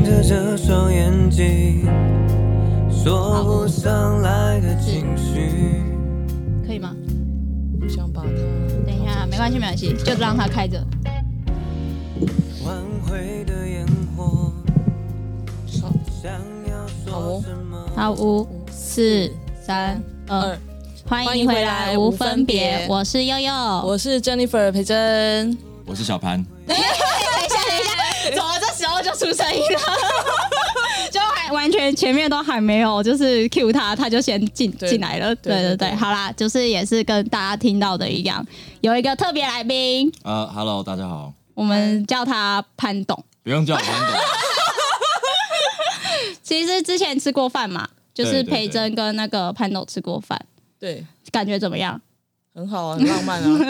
着这双眼睛，说不上来的情绪。 可以吗？ 我想把它等一下，没关系，没关系，就让它开着。 晚会的烟火，想要说什么？ 好，5、4、3、2，欢迎回来，无分别。我是悠悠， 我是 Jennifer 裴珍， 我是小潘。 等一下，怎么这时候就出声音了？就还完全前面都还没有，就是 cue 他就先进来了。对，好啦，就是也是跟大家听到的一样，有一个特别来宾。 Hello， 大家好。 我们叫他潘董， 不用叫我潘董。 其实之前吃过饭嘛，就是裴珍跟那个潘董吃过饭， 对， 感觉怎么样？ 很好啊，很浪漫啊。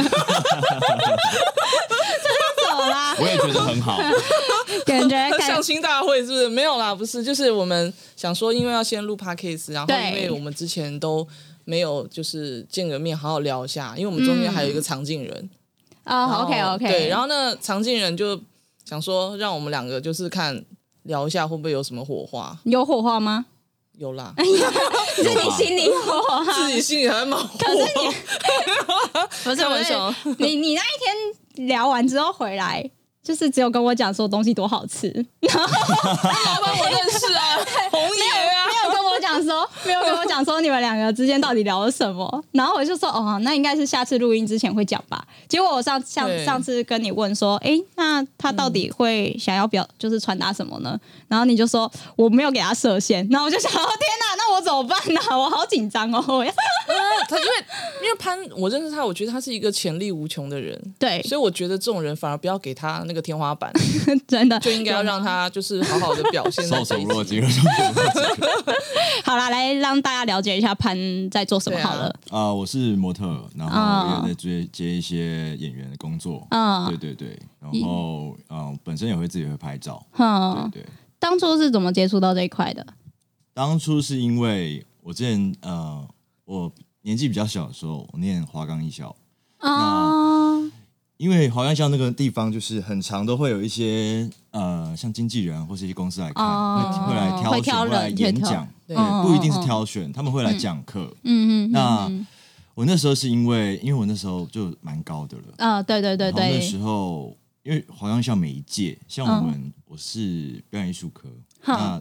怎么啦？ 我也觉得很好。 感觉相亲大会是不是？没有啦，不是，就是我们想说，因为要先录 podcast， 然后因为我们之前都没有就是见个面好好聊一下，因为我们中间还有一个常进人。 OK， 对，然后呢，常进人就想说让我们两个就是聊一下会不会有什么火花？ 有火花吗？ 有啦， 是你心里有火花， 自己心里还蛮火。 可是你不是开玩笑， 你那一天聊完之后回来，就是只有跟我讲说东西多好吃，然后我认识啊，红爷啊， 没有跟我讲说你们两个之间到底聊了什么，然后我就说哦，那应该是下次录音之前会讲吧。结果我上次跟你问说，那他到底会想要就是传达什么呢？然后你就说我没有给他设限，然后我就想天哪，那我怎么办呢？我好紧张哦。 他因为潘，我认识他，我觉得他是一个潜力无穷的人， 对， 所以我觉得这种人反而不要给他那个天花板， 真的就应该要让他就是好好的表现在这一集。 受宠若惊了。 好啦，来让大家了解一下潘在做什么好了。 我是模特，然后也有在接一些演员的工作。对，然后本身也会自己会拍照。对。 当初是怎么接触到这一块的？ 当初是因为我之前我年纪比较小的时候，我念华冈艺校。那因为华冈艺校那个地方就是很常都会有一些像经纪人或是一些公司来看，会来挑选，会来演讲，不一定是挑选，他们会来讲课。那我那时候是因为我那时候就蛮高的了。对。然后那时候因为华冈艺校每一届，像我是表演艺术科，那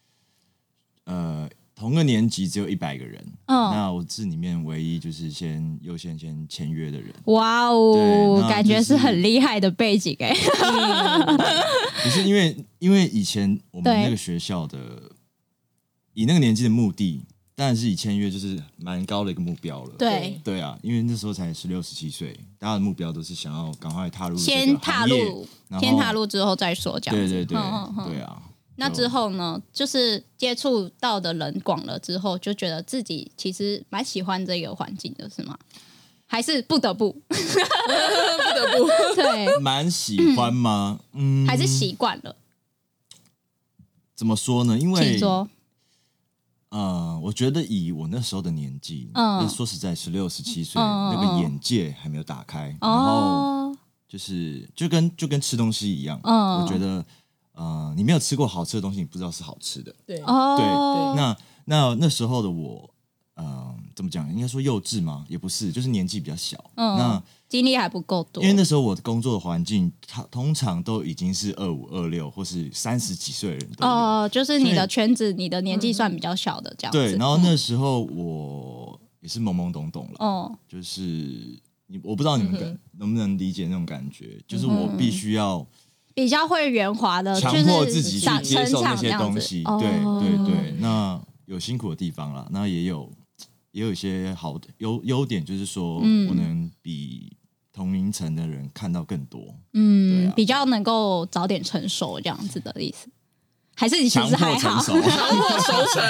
同个年级只有100个人，那我是里面唯一就是优先签约的人。哇哦，感觉是很厉害的背景可是因为以前我们那个学校的以那个年纪的目的，当然是以签约就是蛮高的一个目标了。对啊，因为那时候才16、17岁，大家的目标都是想要赶快踏入这个行业， 先踏入之后再说这样子。 对啊。 那之后呢，就是接触到的人广了之后，就觉得自己其实蛮喜欢这个环境的，是吗？还是不得不？不得不？ 对， 蛮喜欢吗？ 还是习惯了？ 怎么说呢？因为请说。 我觉得以我那时候的年纪，说实在，16、17岁，那个眼界还没有打开，然后就跟吃东西一样，我觉得。你没有吃过好吃的东西，你不知道是好吃的。 对， 那时候的我，怎么讲？应该说幼稚吗？也不是，就是年纪比较小，那经历还不够多。 因为那时候我的工作的环境，通常都已经是25、26或是30几岁的人都有。 就是你的圈子，你的年纪算比较小的这样子。 对，然后那时候我也是懵懵懂懂了，就是我不知道你们能不能理解那种感觉，就是我必须要。 比较会圆滑的， 强迫自己去接受那些东西，对，那有辛苦的地方啦，那也有一些好的优点，就是说我能比同龄层的人看到更多， 比较能够早点成熟这样子的意思，还是你其实还好， 强迫熟成，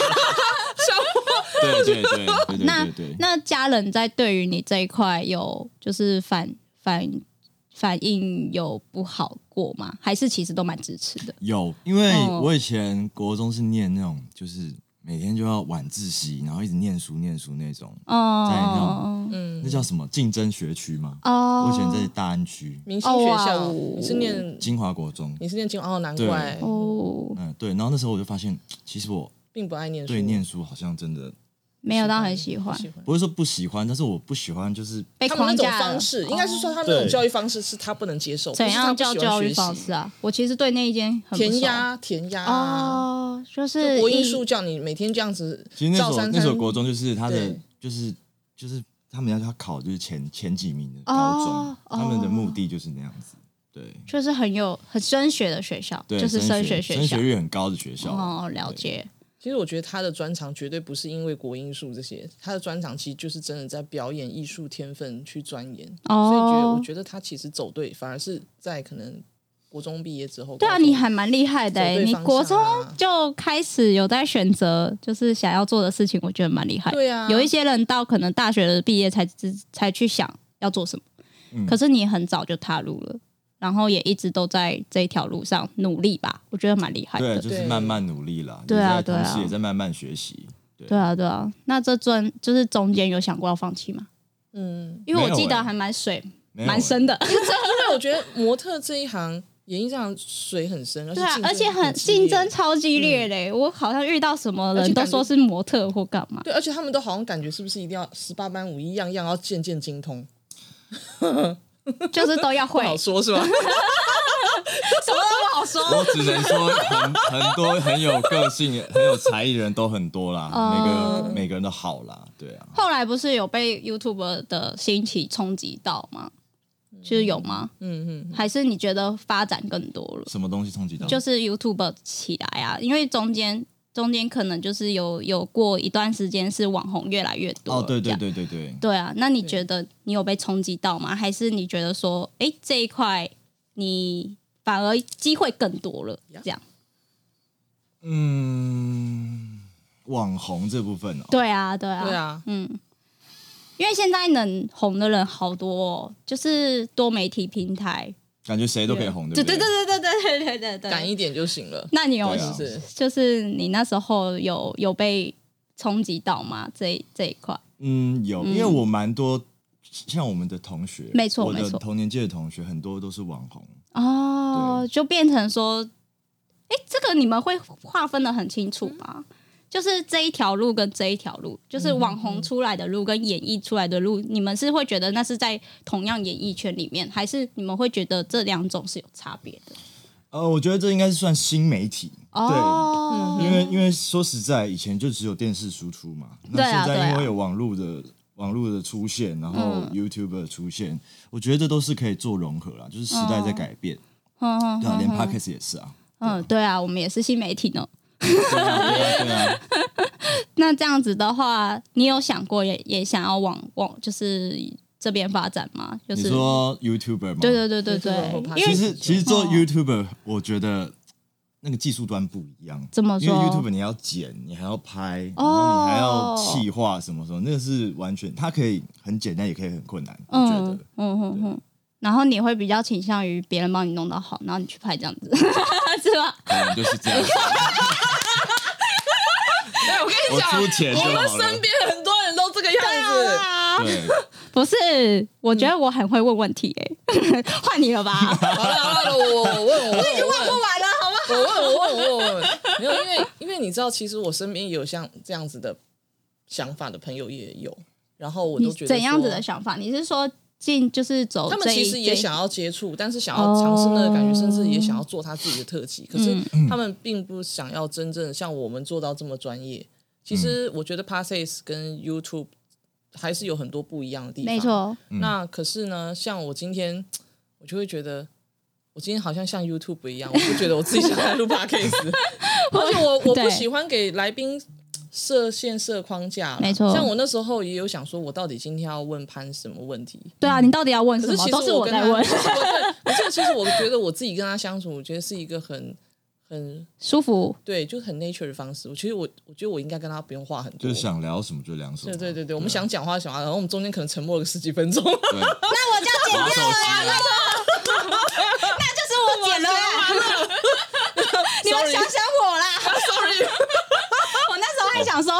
对。 那家人在对于你这一块有就是反应有不好过吗？还是其实都蛮支持的？ 有，因为我以前国中是念那种就是每天就要晚自习，然后一直念书那种，在那种那叫什么竞争学区吗？我以前在大安区明星学校，你是念金华国中， 你是念金华难怪对，然后那时候我就发现，其实我并不爱念书， 对念书好像真的没有到很喜欢， 不是说不喜欢，但是我不喜欢就是被他们那种框架方式，应该是说他们那种教育方式是他不能接受， 怎样叫教育方式啊？我其实对那一间很填鸭哦，就是国英数叫你每天这样子。 其实那所国中就是他的就是他们要考就是前几名的高中，他们的目的就是那样子。对， 就是很升学的学校，就是升学学校， 升学率很高的学校。 哦，了解。 其实我觉得他的专长绝对不是因为国英数这些，他的专长其实就是真的在表演艺术天分去钻研。所以我觉得他其实走对，反而是在可能国中毕业之后。 对啊，你还蛮厉害的你国中就开始有在选择，就是想要做的事情，我觉得蛮厉害。 对啊， 有一些人到可能大学的毕业才去想要做什么，可是你很早就踏入了。然后也一直都在这一条路上努力吧，我觉得蛮厉害的。 对，就是慢慢努力啦。 对啊， 同时也在慢慢学习。 对啊。那就是中间有想过要放弃吗？因为我记得还蛮蛮深的。 因为我觉得模特这一行，演艺这行水很深， 对啊，而且很竞争超激烈的。我好像遇到什么人都说是模特或干嘛。 对，而且他们都好像感觉是不是一定要18般武艺，样样要渐精通。 就是都要会， 不好说是吧？ 什么都不好说。 我只能说很多很有个性、很有才艺的人都很多啦，每个人都好啦，对啊。 后来不是有被 YouTuber 的兴起冲击到吗？就是有吗？还是你觉得发展更多了？ 什么东西冲击到？ 就是 YouTuber 起来啊，因为中间可能就是有过一段时间是网红越来越多。 哦，对。 对啊，那你觉得你有被冲击到吗？还是你觉得说，这一块你反而机会更多了？这样？ 网红这部分哦。 对啊。因为现在能红的人好多哦，就是多媒体平台。 感觉谁都可以红，对不对？ 对， 敢一点就行了。 那你有就是你那时候有被冲击到吗？这一块？ 有，因为我蛮多像我们的同学， 没错， 我的同年纪的同学很多都是网红哦，就变成说，这个你们会划分得很清楚吗？就是这一条路跟这一条路，就是网红出来的路跟演艺出来的路，你们是会觉得那是在同样演艺圈里面，还是你们会觉得这两种是有差别的？ 我觉得这应该是算新媒体对，因为说实在，以前就只有电视输出嘛，那现在因为有网络的出现，然后 YouTube 的出现，我觉得这都是可以做融合啦，就是时代在改变，对啊，连 Podcast 也是啊， 对啊，我们也是新媒体呢。 对啊。 那这样子的话，你有想过也想要往就是这边发展吗？就是你说 YouTuber 吗？ 对， 其实做 YouTuber，我觉得那个技术端不一样。 怎么说？ 因为 YouTuber 你要剪，你还要拍，然后你还要企划什么，那个是完全，它可以很简单，也可以很困难。我觉得， 然后你会比较倾向于别人帮你弄到好，然后你去拍这样子，是吧？ 可能就是这样子。 我跟你讲， 我出钱就好了。 我们身边很多人都这个样子。对，不是，我觉得我很会问问题换你了吧？ 好了，我已经问不完了，好不好？ 我问，没有，因为你知道，其实我身边也有像这样子的想法的朋友也有，然后我都觉得怎样子的想法？你是说？就是走， 他们其实也想要接触，但是想要尝试那个感觉，甚至也想要做他自己的特辑。可是他们并不想要真正像我们做到这么专业。其实我觉得 Podcast 跟 YouTube 还是有很多不一样的地方。 没错。 那可是呢，像我今天，我就会觉得，我今天好像像 YouTube 一样，我不觉得我自己想来录 Podcast， 而且我不喜欢给来宾设限设框架， 没错。 像我那时候也有想说，我到底今天要问潘什么问题？ 对啊，你到底要问什么？都是我在问。 可是其实我觉得我自己跟他相处，我觉得是一个很舒服， 对，就是很 nature 的方式。我觉得我应该跟他不用话很多， 就是想聊什么就聊什么。 对，我们想讲话，然后我们中间可能沉默了10几分钟。 那我就要剪掉了，那就是我剪了呀。你们想想我啦 ，sorry。 我那时候还想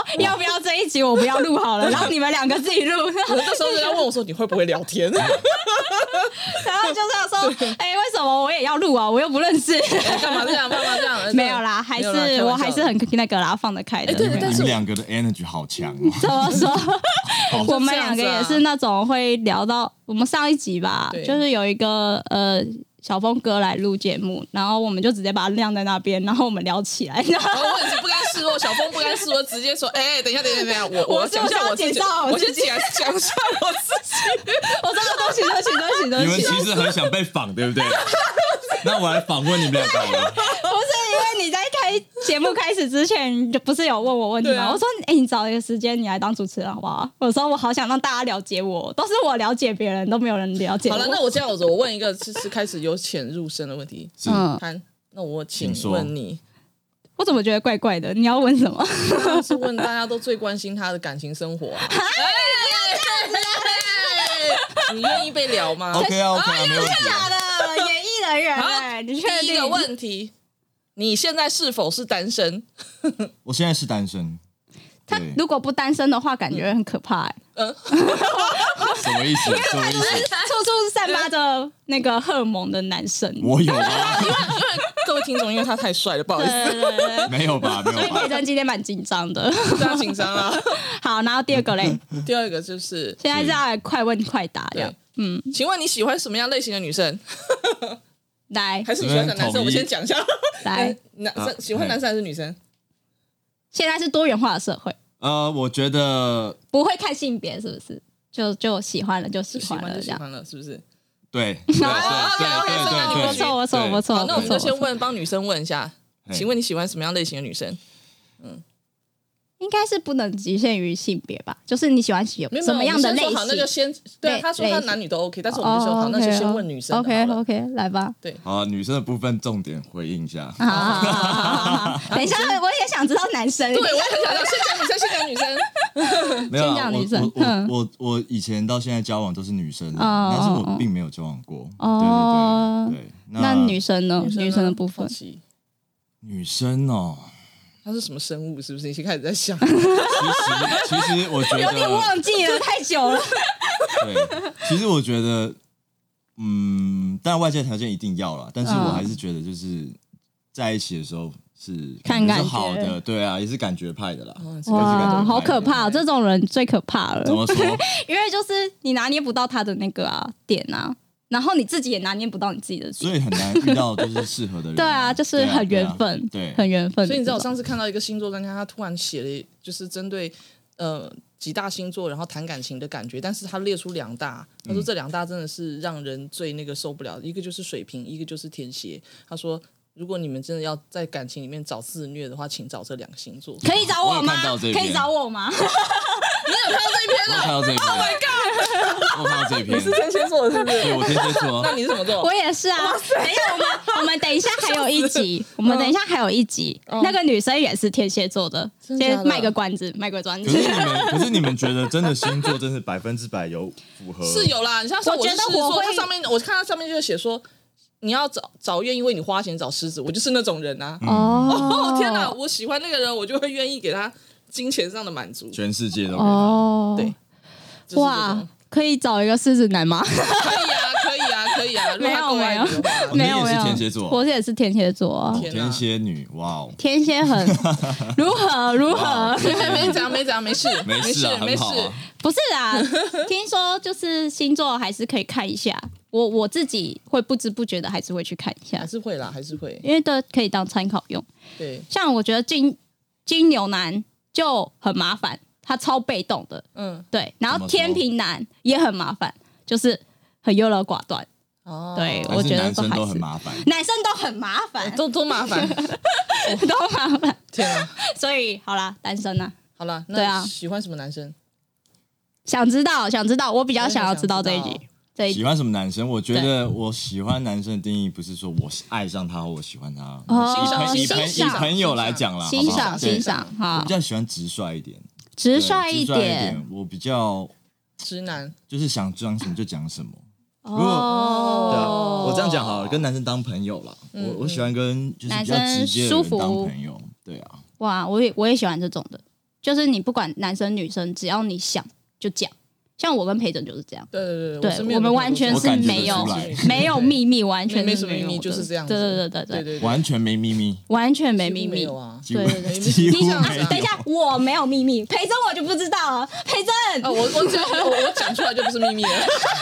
要不要这一集我不要录好了，然后你们两个自己录。 我那时候人家问我说你会不会聊天， 然后就是要说，为什么我也要录啊？我又不认识。 干嘛这样？ 没有啦，还是我还是很那个啦，放得开的。 对，但是你们两个的 energy 好强哦。 怎么说？我们两个也是那种会聊到我们上一集吧，就是有一个小峰哥来录节目，然后我们就直接把它晾在那边，然后我们聊起来。然后我不甘示弱，小峰不甘示弱，直接说：“等一下，我讲一下我自己，我先讲一下我自己。” 我真的对不起。 你们其实很想被访，对不对？那我来访问你们两个好了。 不是因为你在节目开始之前，就不是有问我问题吗？我说：“你找一个时间，你来当主持人好不好？”我说：“我好想让大家了解我，都是我了解别人，都没有人了解我。” 好了，那我这样子，我问一个是开始由浅入深的问题。潘，那我请问你， 我怎么觉得怪怪的？你要问什么？ 是问大家都最关心他的感情生活啊。你愿意被聊吗 ？OK，没问题。 假的，演艺人员。你确定？ 第一个问题，你现在是否是单身？ 我现在是单身。 他如果不单身的话，感觉很可怕什么意思？什么意思？ 处处散发着那个荷尔蒙的男生。 我有吗？ 因为各位听众，因为他太帅了，不好意思。 没有吧？ 所以佩珍今天蛮紧张的， 非常紧张啊。 好，然后第二个嘞， 第二个就是现在是要快问快答这样。 请问你喜欢什么样类型的女生？ 来， 还是你喜欢男生？我们先讲一下。 来， 男生喜欢男生还是女生？ 现在是多元化的社会。 我觉得不会看性别，是不是？就喜欢了就喜欢了， 喜欢了，是不是？ 对。 不错。 好，那我们就先帮女生问一下，请问你喜欢什么样类型的女生？ 应该是不能局限于性别吧，就是你喜欢什么样的类型？ 好，那就先对他说他男女都 OK， 但是我们就说好，那就先问女生。 OK， 来吧。 对， 好，女生的部分重点回应一下。 好，等一下，我也想知道男生。 对，我也很想知道，先讲女生。 没有， 先讲女生。 我以前到现在交往都是女生，但是我并没有交往过。对。 那女生呢？女生的部分， 女生哦。 他是什么生物？是不是？你先开始在想。 其实我觉得有点忘记了，太久了。 对，其实我觉得，当然外界条件一定要啦，但是我还是觉得就是在一起的时候是看感觉好的，对啊，也是感觉派的啦。 哇，好可怕！这种人最可怕了。 怎么说？ 因为就是你拿捏不到他的那个点啊。然后你自己也拿捏不到你自己的， 所以很难遇到就是适合的人。 对啊，就是很缘分， 对， 很缘分。 所以你知道我上次看到一个星座专家，他突然写了，就是针对几大星座，然后谈感情的感觉，但是他列出2大，他说这2大真的是让人最那个受不了，一个就是水瓶，一个就是天蝎。他说，如果你们真的要在感情里面找自虐的话，请找这2个星座。 可以找我吗？可以找我吗？ 你有看到这一篇我看到这一篇。 Oh my god！ 我看到这一篇。 你是天蝎座的，是不是？ 对，我天蝎座。 那你是什么座？ 我也是啊。等一下，我们等一下还有一集，那个女生也是天蝎座的，先卖个关子。 可是你们觉得真的星座真是100%有符合？ 是有啦，你像我觉得它上面，我看它上面就写说。你要找愿意为你花钱找狮子，我就是那种人啊！天哪，我喜欢那个人，我就会愿意给他金钱上的满足， 全世界都给他。 对， 哇，可以找一个狮子男吗？ 可以啊， 没有， 你也是天蝎座， 我也是天蝎座， 天蝎女，哇哦， 天蝎很如何？ 没怎样，没事， 不是啊，听说就是星座还是可以看一下。我自己会不知不觉的还是会去看一下， 还是会， 因为都可以当参考用。 对， 像我觉得金牛男就很麻烦，他超被动的，对。然后天秤男也很麻烦，就是很优柔寡断。对，我觉得男生都很麻烦， 男生都很麻烦， 都麻烦， 都麻烦。 天啊！ 所以好啦，单身啊， 好啦，那喜欢什么男生？ 想知道，我比较想要知道这一集。 喜欢什么男生？我觉得我喜欢男生的定义不是说我爱上他或我喜欢他，以朋友来讲啦， 欣赏。 我比较喜欢直率一点， 直率一点。 我比较直男， 就是想讲什么就讲什么。如果对啊，我这样讲好了，跟男生当朋友啦。我喜欢跟就是比较直接的人当朋友。对啊。 哇，我也喜欢这种的。 就是你不管男生女生，只要你想就讲。像我跟培珍就是这样， 对， 我们完全是没有秘密，完全没什么秘密，就是这样子。 对， 完全没秘密， 完全没秘密， 没有啊。 对， 你想等一下，我没有秘密，培珍我就不知道了。培珍， 我讲出来就不是秘密了。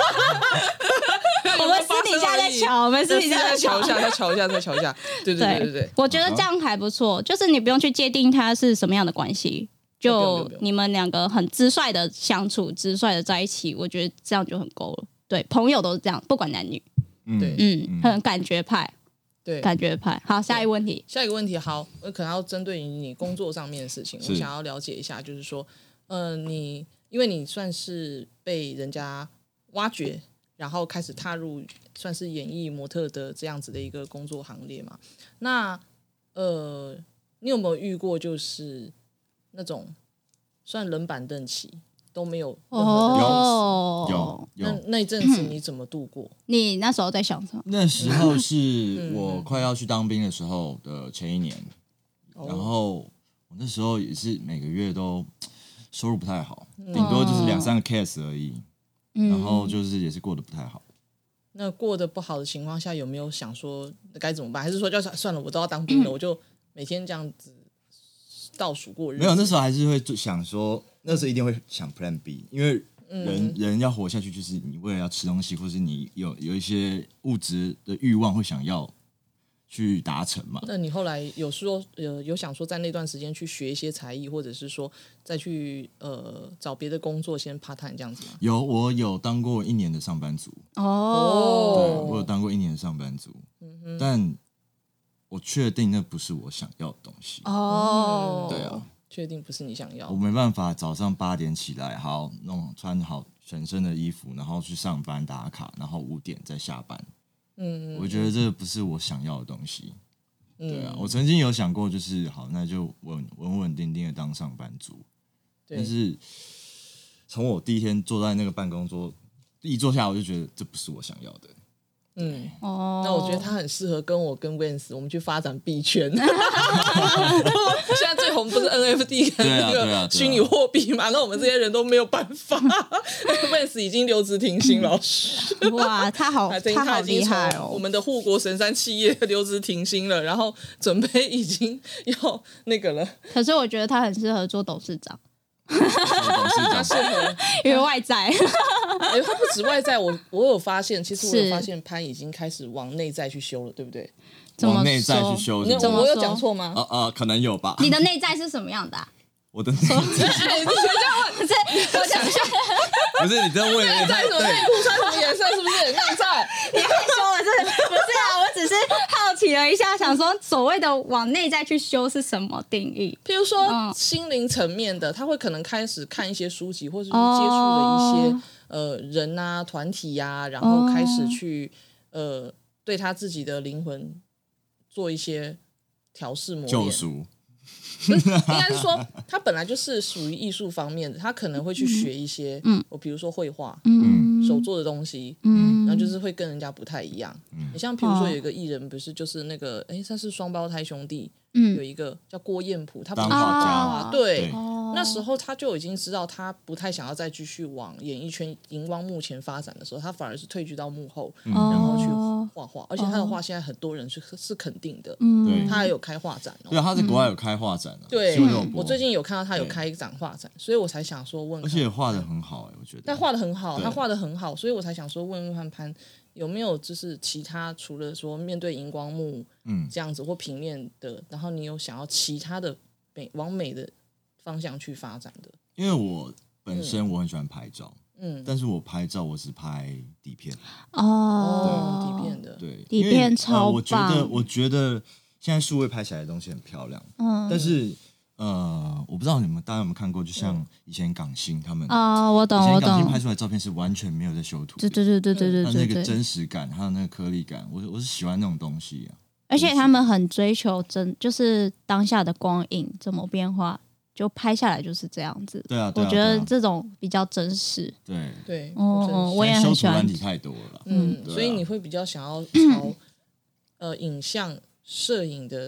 我们私底下再瞧，我们私底下再瞧一下。对， 我觉得这样还不错，就是你不用去界定它是什么样的关系。就你们两个很直率的相处，直率的在一起，我觉得这样就很够了。对，朋友都是这样，不管男女。很感觉派。对，感觉派。好，下一个问题。 好，我可能要针对你工作上面的事情，我想要了解一下，就是说，因为你算是被人家挖掘，然后开始踏入算是演艺模特的这样子的一个工作行列嘛。那你有没有遇过就是那种算冷板凳期都没有任何的有那一阵子你怎么度过？ 你那时候在想什么？ 那时候是我快要去当兵的时候的前一年，然后我那时候也是每个月都收入不太好，顶多就是2-3个 case 而已，然后就是也是过得不太好。 那过得不好的情况下，有没有想说该怎么办？还是说就算了，我都要当兵了，我就每天这样子倒数过日子？ 没有，那时候还是会想说，那时候一定会想 Plan B， 因为人要活下去，就是你为了要吃东西，或是你有一些物质的欲望会想要去达成嘛。 那你后来有想说在那段时间去学一些才艺，或者是说再去找别的工作先 part time 这样子吗？ 我有当过1年的上班族对，我有当过1年的上班族，但我确定那不是我想要的东西。对啊， 确定不是你想要的。 我没办法早上8点起来，好穿好全身的衣服，然后去上班打卡，然后5点再下班。我觉得这不是我想要的东西。对啊，我曾经有想过，就是好，那就稳定的当上班族。但是从我第一天坐在那个办公桌，一坐下来我就觉得这不是我想要的。 那我觉得他很适合跟 Wins 我们去发展币圈。现在最红不是 NFT 跟那个虚拟货币嘛？那我们这些人都没有办法。Wins 已经留职停薪了。 哇，他好厉害哦！ 我们的护国神山企业留职停薪了，然后准备已经要那个了。 可是我觉得他很适合做董事长。 他适合， 因为外在。 他不止外在，我有发现，其实我有发现潘已经开始往内在去修了，对不对？ 往内在去修， 我有讲错吗？ 可能有吧。 你的内在是什么样的？ 我的内在， 我想一下， 不是你在问内在什么内裤穿什么颜色，是不是内在？ 你害羞了，不是啊？我只是好奇了一下，想说所谓的往内在去修是什么定义？ 譬如说心灵层面的，他会可能开始看一些书籍，或者是接触了一些人啊、团体啊，然后开始去对他自己的灵魂做一些调试磨练。 救赎。 应该是说他本来就是属于艺术方面的，他可能会去学一些比如说绘画手做的东西，然后就是会跟人家不太一样。你像比如说有一个艺人，不是就是那个他是双胞胎兄弟，有一个叫郭彦甫，他不是画家，对，那时候他就已经知道他不太想要再继续往演艺圈荧光幕前发展的时候，他反而是退居到幕后，然后去画画，而且他的画现在很多人是肯定的，他还有开画展对，他在国外有开画展对，我最近有看到他有开一场画展，所以我才想说问， 而且画的很好我觉得， 他画的很好，所以我才想说问潘有没有就是其他除了说面对荧光幕这样子或平面的，然后你有想要其他的往美的方向去发展的？因为我本身我很喜欢拍照，但是我拍照我是拍底片底片的， 对， 底片超棒。我觉得现在数位拍起来的东西很漂亮，但是我不知道大家有没有看过，就像以前港星他们我懂， 以前港星拍出来的照片是完全没有在修图的， 对， 它那个真实感，还有那个颗粒感，我是喜欢那种东西而且他们很追求就是当下的光影怎么变化，就拍下来就是这样子。 对啊， 我觉得这种比较真实。 对， 我也很喜欢。 修图软体太多了， 所以你会比较想要朝影像摄影的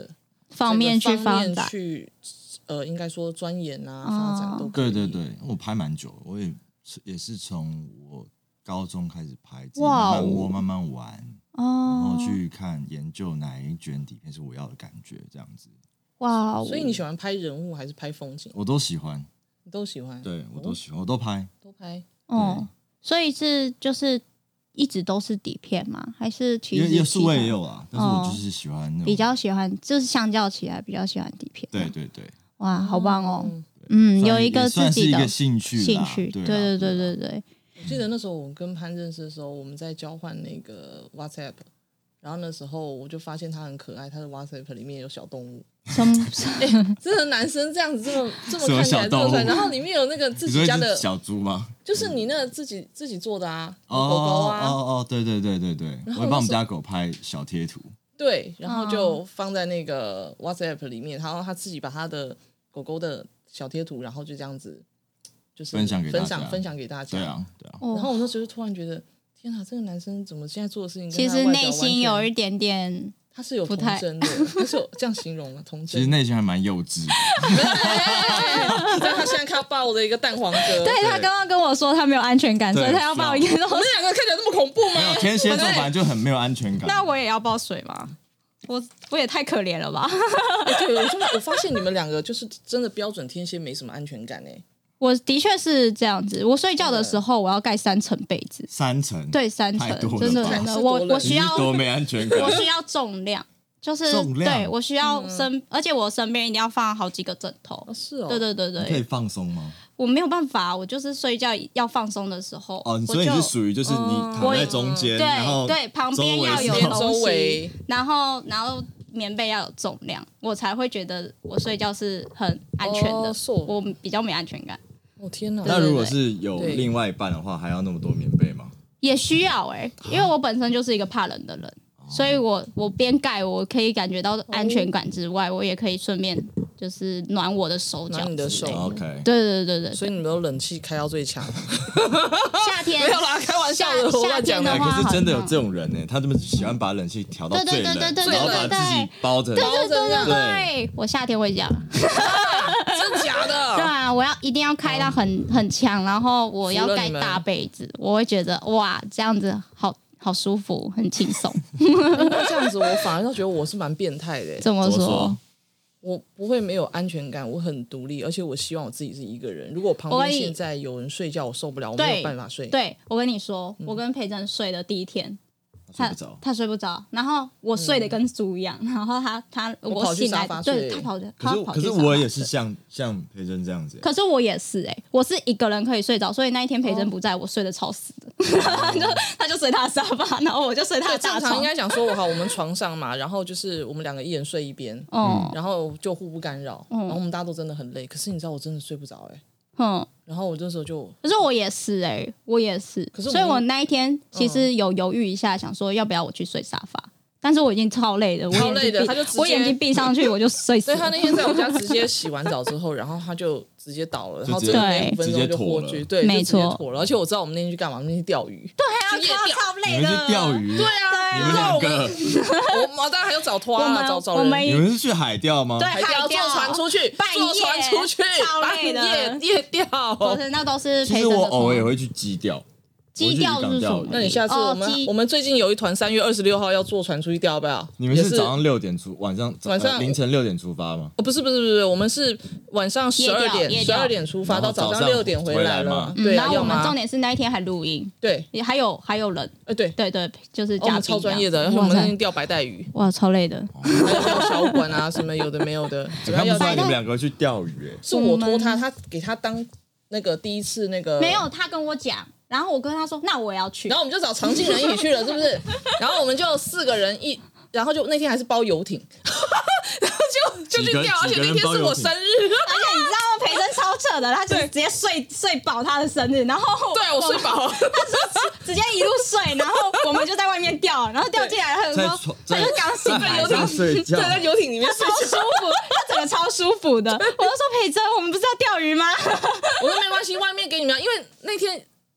方面去发展， 应该说钻研啊，发展都可以。 对，我拍蛮久，我也是从我高中开始拍，自己慢慢摸，慢慢玩，然后去看研究哪一卷底片是我要的感觉，这样子。 哇， 所以你喜欢拍人物还是拍风景？ 我都喜欢， 你都喜欢？ 对我都喜欢，我都拍。 所以就是一直都是底片吗？还是其实数位也有啊？但是我就是喜欢那种比较喜欢，就是相较起来比较喜欢底片。 对， 哇，好棒哦！有一个自己的兴趣， 对。 我记得那时候我们跟潘认识的时候，我们在交换那个 WhatsApp， 然后那时候我就发现他很可爱，他的 WhatsApp 里面有小动物。真的男生这样子这么看起来这么帅，然后里面有那个自己家的小猪吗？ 就是你那个自己做的啊，狗狗啊。 对，我会帮我们家狗拍小贴图。 对，然后就放在那个 WhatsApp 里面，然后他自己把他的狗狗的小贴图，然后就这样子就是分享给大家。 对啊。 然后我那时候突然觉得，天哪，这个男生怎么现在做的事情跟他其实内心有一点点。 他是有童真的，他是有这样形容吗？童真， 其实内心还蛮幼稚的。 但他现在看抱的一个蛋黄哥， 对他刚刚跟我说他没有安全感，所以他要抱一个东西。 我们两个看起来这么恐怖吗？ 没有，天蝎座本来就很没有安全感。 那我也要抱水吗？我也太可怜了吧！ 对，我发现你们两个就是真的标准天蝎，没什么安全感哎。 我的确是这样子，我睡觉的时候我要盖3层被子 ，3层， 对，3层，真的，我需要多没安全感， 我需要重量，就是对我需要而且我身边一定要放好几个枕头， 是哦， 对， 可以放松吗？ 我没有办法，我就是睡觉要放松的时候， 所以你是属于就是你躺在中间，然后对旁边要有东西，然后棉被要有重量，我才会觉得我睡觉是很安全的，我比较没安全感。 天哪！ 那如果是有另外一半的话，还要那么多棉被吗？ 也需要因为我本身就是一个怕冷的人，所以我边盖我可以感觉到安全感之外，我也可以顺便就是暖我的手脚， 暖你的手。 OK， 对， 所以你们都冷气开到最强。 夏天没有啦，开玩笑的， 夏天的话， 可是真的有这种人呢，他这么喜欢把冷气调到最冷，然后把自己包着。 对，我夏天会这样。 真假的？ 对啊，我一定要开到很强，然后我要盖大被子，我会觉得哇，这样子好舒服，很轻松。 这样子我反而都觉得我是蛮变态的。 怎么说？ 我不会没有安全感，我很独立，而且我希望我自己是一个人。如果旁边现在有人睡觉，我受不了，我没有办法睡。 对，我跟你说，我跟培珍睡的第一天。他睡不着，然后我睡得跟猪一样，然后我醒来，对，他跑可是我也是像培珍这样子， 可是我也是我是一个人可以睡着，所以那一天培珍不在，我睡得超死的，他就睡他的沙发，然后我就睡他的大床。 正常应该讲说，我们床上嘛，然后就是我们两个一人睡一边，然后就互不干扰，然后我们大家都真的很累，可是你知道我真的睡不着然后我这时候就， 可是我也是我也是，所以我那一天其实有犹豫一下，想说要不要我去睡沙发，但是我已经超累了，我眼睛闭上去我就睡死了。 所以他那天在我家直接洗完澡之后，然后他就直接倒了，然后真的没5分钟就豁去，对， 没错， 妥了。而且我知道我们那天去干嘛，我们那天去钓鱼， 对啊，超累的， 你们去钓鱼， 对啊， 你们两个， 我当然还有找拖啊，找人， 你们是去海钓吗？ 对， 海钓坐船出去， 坐船出去， 超累的， 夜钓， 不是，那都是。 其实我偶尔也会去基钓。 基钓是什么？ 那你下次我们最近有一团3月26号要坐船出去钓，要不要？ 你们是早上6点晚上凌晨6点出发吗？ 不是，我们是晚上12点出发，到早上6点回来了。对， 然后我们重点是那一天还录音， 对， 还有人， 对， 就是嘉宾， 超专业的，然后我们那天钓白带鱼， 哇，超累的， 还有钓小管啊，什么有的没有的。 看不出来你们两个去钓鱼， 是我托他给他当那个第一次那个， 没有，他跟我讲。然后我跟他说，那我也要去。 然后我们就找常进人一起去了，是不是？然后我们就4个人然后就那天还是包游艇，然后就去钓，而且那天是我生日， 而且你知道吗？培珍超扯的，他就直接睡饱他的生日，然后对我睡饱， 他说直接一路睡，然后我们就在外面钓，然后钓进来，他就说他就刚醒来， 游艇睡觉， 对，在游艇里面睡， 超舒服，他整个超舒服的。我就说培珍，我们不是要钓鱼吗？ 我说没关系，外面给你们，因为那天。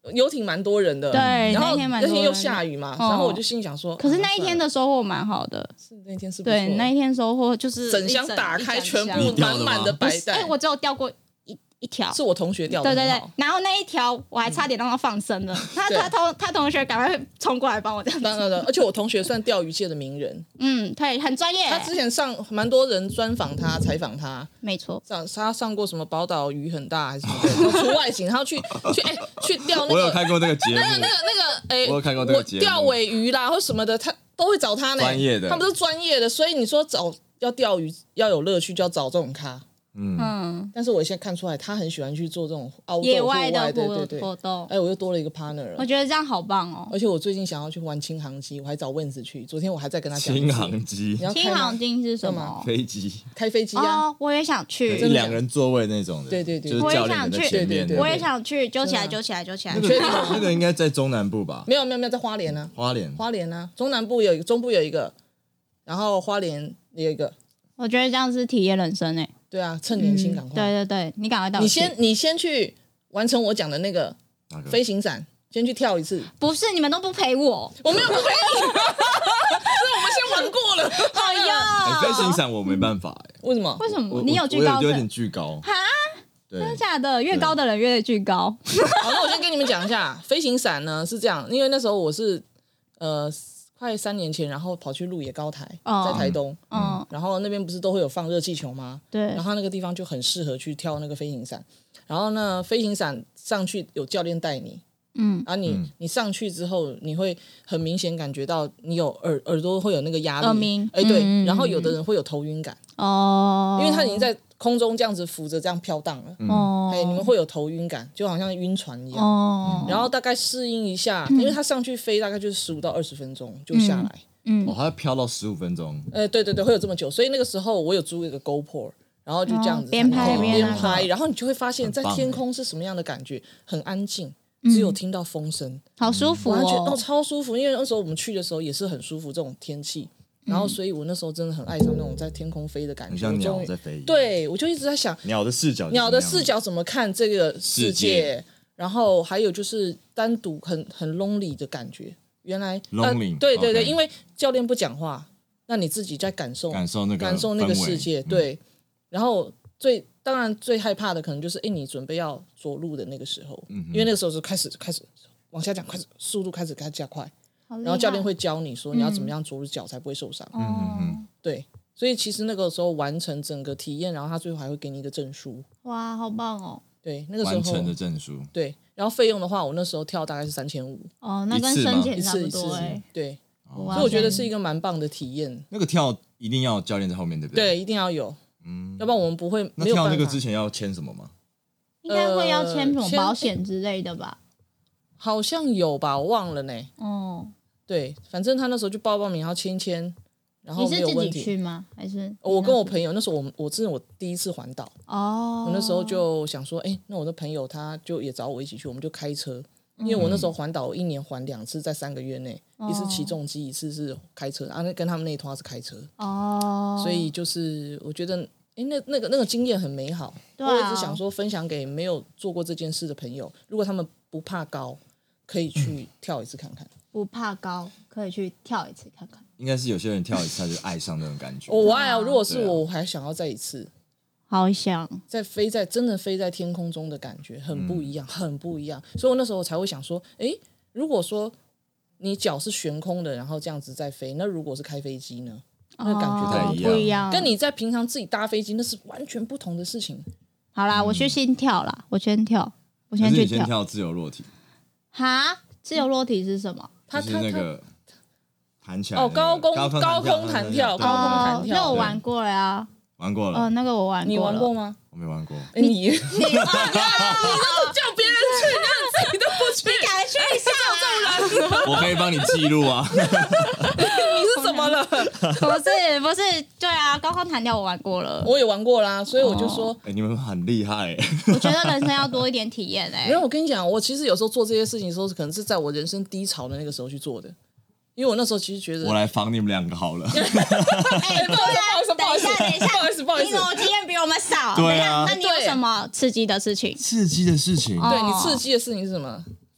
游艇蛮多人的， 对， 然后那天又那天蛮多人下雨嘛，然后我就心想说， 可是那一天的收获蛮好的， 是那天是不错对，那一天收获就是整箱打开，全部你掉的吗满满的白带。 我只有掉过一条， 是我同学掉的， 对对对，然后那一条我还差点让他放生了，他同学赶快冲过来帮我这样子， 而且我同学算钓鱼界的名人， 对，很专业。 他之前上蛮多人专访他、采访他， 没错， 他上过什么宝岛鱼很大还是什么的，然后出外景，然后去钓那个， 我有看过那个节目，我有看过那个节目， 钓尾鱼啦或什么的，他都会找他呢， 专业的， 他们都是专业的，所以你说要钓鱼要有乐趣，就要找这种咖。但是我现在看出来，他很喜欢去做这种野外的活动。我又多了一个 partner 了。 我觉得这样好棒哦！ 而且我最近想要去玩轻航机，我还找问子去。昨天我还在跟他讲轻航机。 轻航机是什么？ 飞机， 开飞机啊！ 我也想去， 是2人座位那种的。 对对对， 就是教练在前面。 我也想去，揪起来。 那个应该在中南部吧？ 没有，在花莲啊。花莲啊，中南部有一个，中部有一个，然后花莲也有一个。 我觉得这样是体验人生诶。 对啊，趁年轻赶快。 对对对，你赶快到。 你先去完成我讲的那个飞行伞，先去跳一次。 不是，你们都不陪我， 我没有不陪你，是我们先玩过了。 哎呀， 飞行伞我没办法哎。 为什么？ 为什么？你有惧高症？ 我有点惧高。 哈？真的假的？越高的人越惧高。 好，那我先跟你们讲一下，飞行伞呢是这样，因为那时候我是快3年前，然后跑去鹿野高台，在台东，然后那边不是都会有放热气球吗？ 对， 然后那个地方就很适合去跳那个飞行伞。然后呢，飞行伞上去有教练带你，然后你上去之后，你会很明显感觉到你有耳朵会有那个压力， 耳鸣， 对，然后有的人会有头晕感，因为他已经在空中这样子浮着这样飘荡了，你们会有头晕感，就好像晕船一样，然后大概适应一下，因为他上去飞大概就是15到20分钟就下来， 它会飘到15分钟， 对，会有这么久，所以那个时候我有租一个 GoPro， 然后就这样子边拍， 然后你就会发现在天空是什么样的感觉，很安静，只有听到风声， 好舒服哦，超舒服，因为那时候我们去的时候也是很舒服这种天气。然后，所以我那时候真的很爱上那种在天空飞的感觉， 像鸟在飞。 对，我就一直在想鸟的视角怎么看这个世界，然后还有就是单独很 lonely 的感觉。原来 lonely， 对对对，因为教练不讲话，那你自己在感受那个世界。对，然后当然最害怕的可能就是你准备要着陆的那个时候，因为那个时候是开始往下降，开始速度开始加快。然后教练会教你说你要怎么样着陆脚才不会受伤。对，所以其实那个时候完成整个体验，然后他最后还会给你一个证书。 哇，好棒哦！ 对，那个时候完成的证书。对， 然后费用的话，我那时候跳大概是3500。 哦，那跟深潜差不多一次。对，所以我觉得是一个蛮棒的体验。 那个跳一定要教练在后面，对不对？ 对，一定要有。要不然我们不会没有办法。 那跳那个之前要签什么吗？ 应该会要签什么保险之类的吧？ 好像有吧，我忘了呢。对，反正他那时候就报名，然后签，然后没有问题。 你是自己去吗？还是我跟我朋友？那时候我这是我第一次环岛我那时候就想说，那我的朋友他就也找我一起去，我们就开车，因为我那时候环岛，我1年环2次，在3个月内，一次起重机，一次是开车跟他们那一团是开车所以就是我觉得那个经验很美好。我一直想说分享给没有做过这件事的朋友，如果他们不怕高，可以去跳一次看看。 不怕高，可以去跳一次看看。 应该是有些人跳一次他就爱上那种感觉。 我爱如果是我还想要再一次。 好想真的飞在天空中的感觉很不一样，很不一样。所以我那时候才会想说，如果说你脚是悬空的，然后这样子在飞，那如果是开飞机呢？那感觉不一样， 跟你在平常自己搭飞机那是完全不同的事情。 好啦，我去先跳啦，我先去跳。 先跳自由落体。 哈？自由落体是什么？ 就是那个弹起来高空弹跳， 那我玩过了呀。 玩过了。 那个我玩过了。 你玩过吗？ 我没玩过。 你那种叫别人去，那自己都不去， 你敢去一下？ 这种人， 我可以帮你记录啊。 你是怎么了？ 不是，对啊，高空弹跳我玩过了， 我也玩过啦，所以我就说， 你们很厉害。 我觉得人生要多一点体验因为我跟你讲，我其实有时候做这些事情的时候，可能是在我人生低潮的那个时候去做的。因为我那时候其实觉得， 我来防你们2个好了。 不好意思， 等一下， 不好意思， 你怎么经验比我们少？ 对啊， 那你有什么刺激的事情？ 刺激的事情？ 对，你刺激的事情是什么？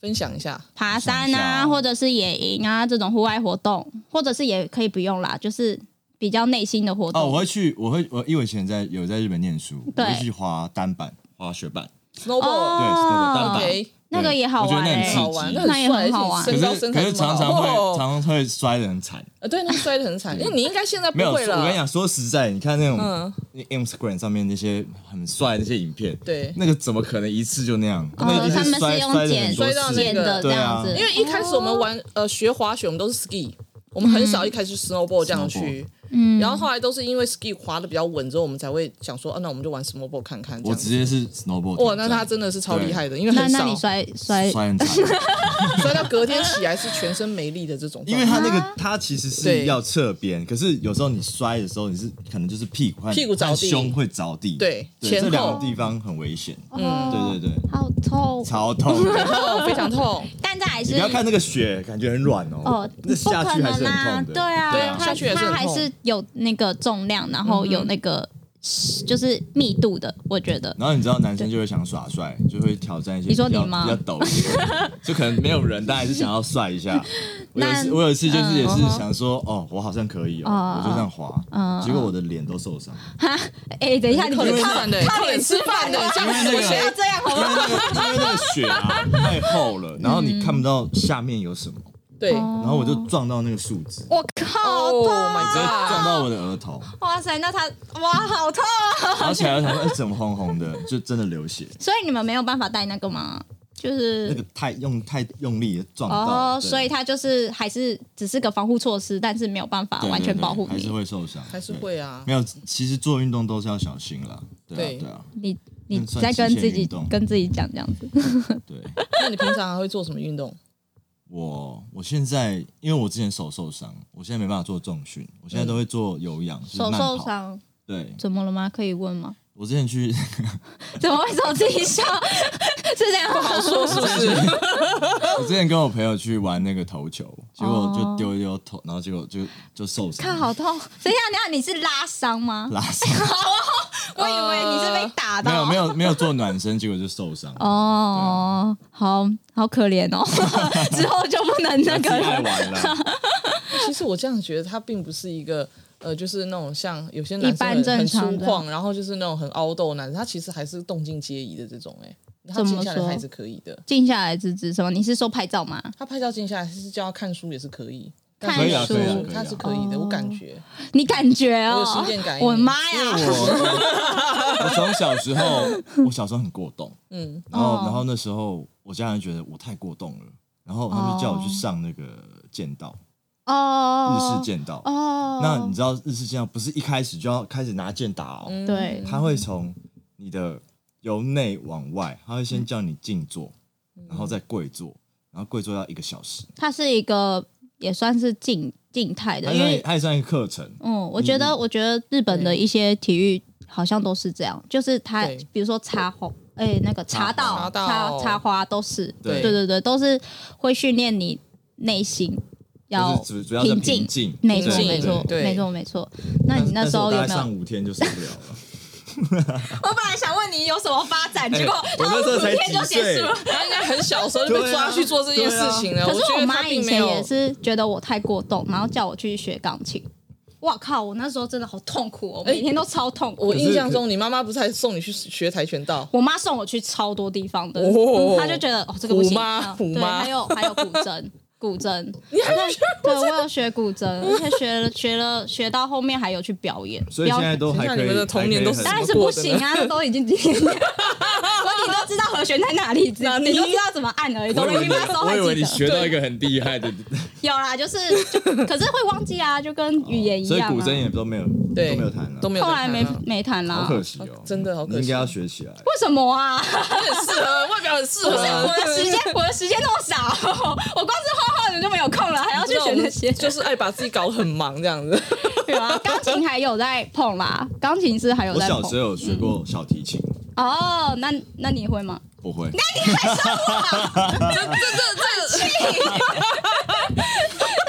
分享一下爬山啊，或者是野营啊这种户外活动，或者是也可以不用啦，就是比较内心的活动。 我因为我以前在日本念书，我会去滑单板、滑雪板 ，snowboard， 对 snowboard 单板。 OK， 那个也好玩欸， 好玩， 那也很好玩。 可是常常会摔得很惨。 对，那摔得很惨。因为你应该现在不会了。 我跟你讲，说实在，你看那种Instagram 上面那些很帅的那些影片， 对， 那个怎么可能一次就那样？ 他们是用摔到那个这样子。 因为一开始我们学滑雪，我们都是 ski， 我们很少一开始 snowboard 这样去。然后后来都是因为 ski 滑的比较稳之后，我们才会想说，那我们就玩 snowboard 看看。 我直接是 snowboard。 哇，那他真的是超厉害的，因为很少。 那你摔很惨， 摔到隔天起来是全身没力的这种。 因为他其实是要侧边，可是有时候你摔的时候，你是可能就是屁股着地， 胸会着地。 对， 这两个地方很危险。对， 好痛， 超痛， 非常痛。 但这还是你不要看那个雪，感觉很软哦。那下去还是很痛的。 对啊， 下去它还是有那个重量，然后有那个就是密度的，我觉得。 然后你知道男生就会想耍帅，就会挑战一些比较陡一点，就可能没有人，但还是想要帅一下。我有一次就是也是想说，我好像可以我就这样滑，结果我的脸都受伤。 等一下，你靠脸吃饭的，这样子我先要这样好不好？ 因为那个雪啊太厚了，然后你看不到下面有什么。 对， 然后我就撞到那个树枝， 我靠， 痛啊！ 撞到我的额頭。 哇塞，那他好痛啊！ 然后起来想说，怎么红红的，就真的流血。 所以你们没有办法戴那个吗？就是那个太用力的撞到， 所以它就是还是只是个防护措施，但是没有办法完全保护你， 还是会受伤， 还是会啊。 没有，其实做运动都是要小心啦。对啊。 你在跟自己讲这样子。 对。 那你平常还会做什么运动？ 我现在因为我之前手受伤，我现在没办法做重训，我现在都会做有氧， 手受伤， 对， 怎么了吗？可以问吗？ 我之前去， 怎么会说自己笑？是这样不好说，是不是？ 我之前跟我朋友去玩那个投球，结果就丢一丢头，然后结果就受伤。 看好痛！等一下，你是拉伤吗？ 拉伤。 我以为你是被打到。 没有做暖身，结果就受伤。 哦，好可怜哦！之后就不能那个太晚了。 其实我这样觉得，他并不是一个。就是那种像有些男生很粗犷，然后就是那种很凹豆男生，他其实还是动静皆宜的这种他静下来还是可以的。 静下来是指什么？你是说拍照吗？ 他拍照静下来，是叫他看书也是可以。 看书他是可以的，我感觉。 你感觉哦？我有心电感应。 我的妈呀！ 我从小时候很过动，然后那时候我家人觉得我太过动了，然后他们就叫我去上那个剑道。日式剑道那你知道日式剑道不是一开始就要开始拿剑打对， 他会从你的由内往外，他会先叫你静坐，然后再跪坐，然后跪坐要1个小时。 它是一个也算是静态的，因为它也算一个课程。 我觉得日本的一些体育好像都是这样，就是它比如说插花，那个茶道、插花都是，对，都是会训练你内心。要平静，没错。那你那时候有没有上5天就受不了了？ 我本来想问你有什么发展，结果我那时候才 5天就结束了。 他应该很小的时候就被抓去做这件事情了。 可是我妈以前也是觉得我太过动，然后叫我去学钢琴。哇靠！我那时候真的好痛苦每天都超痛苦。 我印象中，你妈妈不是还送你去学跆拳道？ 我妈送我去超多地方的，她就觉得这个不行。对，还有古筝。古筝， 你还有学古筝？ 对，我有学古筝，而且学到后面还有去表演。 所以现在都还可以。 你们的童年都是当然是不行啊，都已经几年了。我顶多知道和弦在哪里，你都知道怎么按而已。 我以为你学到一个很厉害的。 有啦，可是会忘记啊，就跟语言一样。 所以古筝也都没有弹了， 都没有。 后来没弹啦， 好可惜哦， 真的好可惜。 你应该要学起来。 为什么啊？ 很适合，外表很适合。 我的时间那么少，我光是画画你就没有空了，还要去学那些， 就是爱把自己搞得很忙这样子。 对啊，钢琴还有在碰啦，钢琴是还有在碰。 我小时候有学过小提琴。 那你会吗？ 不会。 那你还说我？这个气！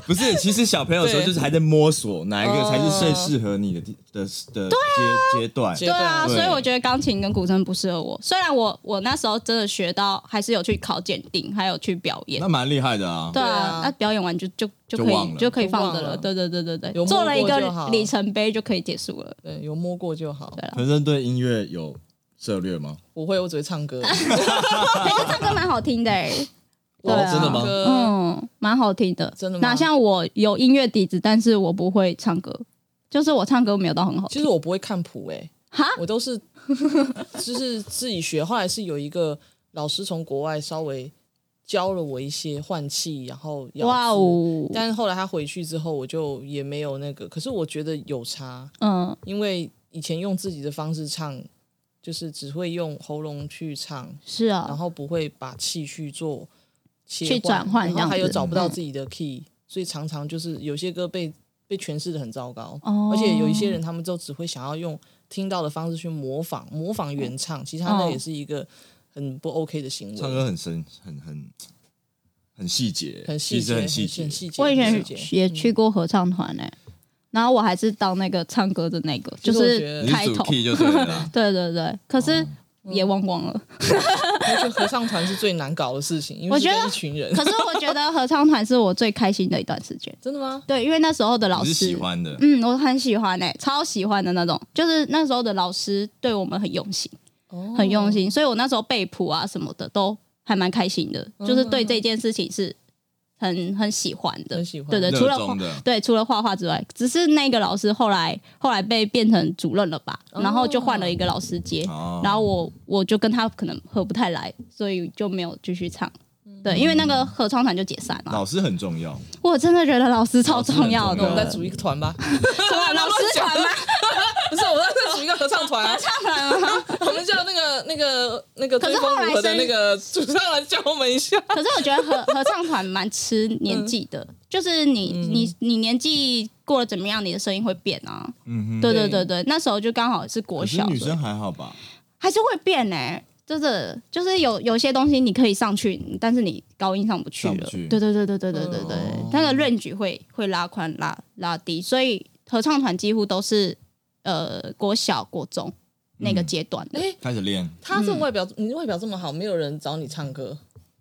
不是，其实小朋友的时候就是还在摸索哪一个才是最适合你的阶段。 对啊，所以我觉得钢琴跟古筝不适合我。虽然我那时候真的学到，还是有去考检定，还有去表演， 那蛮厉害的啊。 对啊，那表演完就可以放着了。对，做了一个里程碑就可以结束了。 对，有摸过就好。 对了， 本身对音乐有涉猎吗？ 不会，我只会唱歌。 可是唱歌蛮好听的对啊， 真的吗？ 蛮好听的。 真的吗？ 哪像我有音乐底子，但是我不会唱歌，就是我唱歌没有到很好听。 其实我不会看谱哈， 我都是就是自己学。后来是有一个老师从国外稍微教了我一些换气，然后咬字。 哇哦！ 但是后来他回去之后，我就也没有那个。可是我觉得有差，因为以前用自己的方式唱，就是只会用喉咙去唱， 是啊， 然后不会把气去做去转换， 然后还有找不到自己的 key，所以常常就是有些歌被诠释的很糟糕，而且有一些人他们就只会想要用听到的方式去模仿原唱，其实他那也是一个很不 OK 的行为。 唱歌很深，很细节，其实很细节。 我以前也去过合唱团然后我还是当那个唱歌的那个，就是开头， 就对了。 对，可是也忘光了。 我觉得合唱团是最难搞的事情，因为是跟一群人。 可是我觉得合唱团是我最开心的一段时间。 真的吗？ 对，因为那时候的老师你是喜欢的， 我很喜欢超喜欢的那种。就是那时候的老师对我们很用心，很用心，所以我那时候背谱啊什么的都还蛮开心的，就是对这件事情是很喜欢的，对，除了画画之外，只是那个老师后来被变成主任了吧，然后就换了一个老师接，然后我就跟他可能合不太来，所以就没有继续唱。对，因为那个合唱团就解散了。 老师很重要， 我真的觉得老师超重要的。 那我们再组一个团吧。 什么老师团吗？ 不是，我们再组一个合唱团啊！ 合唱团吗？ 我们叫那个追风舞的那个主唱来教我们一下。 可是我觉得合唱团蛮吃年纪的，就是你年纪过了怎么样，你的声音会变啊。对，那时候就刚好是国小。 女生还好吧？ 还是会变就是有些东西你可以上去，但是你高音上不去了。对，那个 range 会拉宽拉低，所以合唱团几乎都是国小国中那个阶段的开始练。 他这外表，你外表这么好，没有人找你唱歌。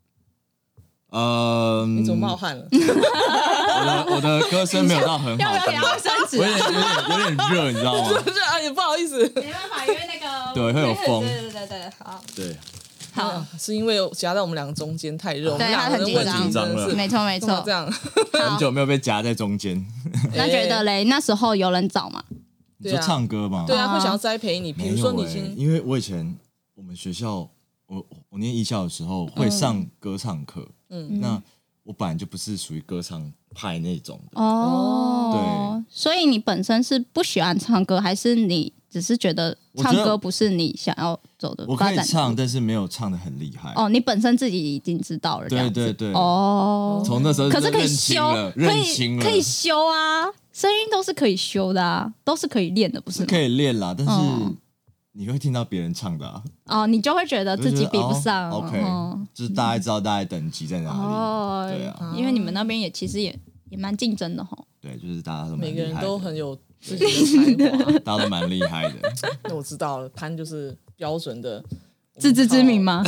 你怎么冒汗了？ 我的歌声没有到很好， 要不要卫生纸？ 有点热，你知道吗？ 也不好意思， 没办法，因为那个对会有风。 对，好。 对。 好， 是因为夹在我们两个中间太热，我们两个人问紧张了， 没错， 这样很久没有被夹在中间。 那觉得嘞，那时候有人找吗？ 你说唱歌吗？ 对啊，会想要栽培你，比如说你因为我以前我们学校，我念艺校的时候会上歌唱课，那我本来就不是属于歌唱派那种的对，所以你本身是不喜欢唱歌，还是你只是觉得唱歌不是你想要走的发展？ 我可以唱，但是没有唱得很厉害。 你本身自己已经知道了， 对，从那时候可是可以修，可以修啊，声音都是可以修的啊，都是可以练的，不是吗？ 可以练啦，但是你会听到别人唱的你就会觉得自己比不上。 OK，就是大概知道大概等级在哪里。对啊， 因为你们那边其实也蛮竞争的对，就是大家都每个人都很有自己的才华， 大家都蛮厉害的。 那我知道了，潘就是标准的自知之明吗？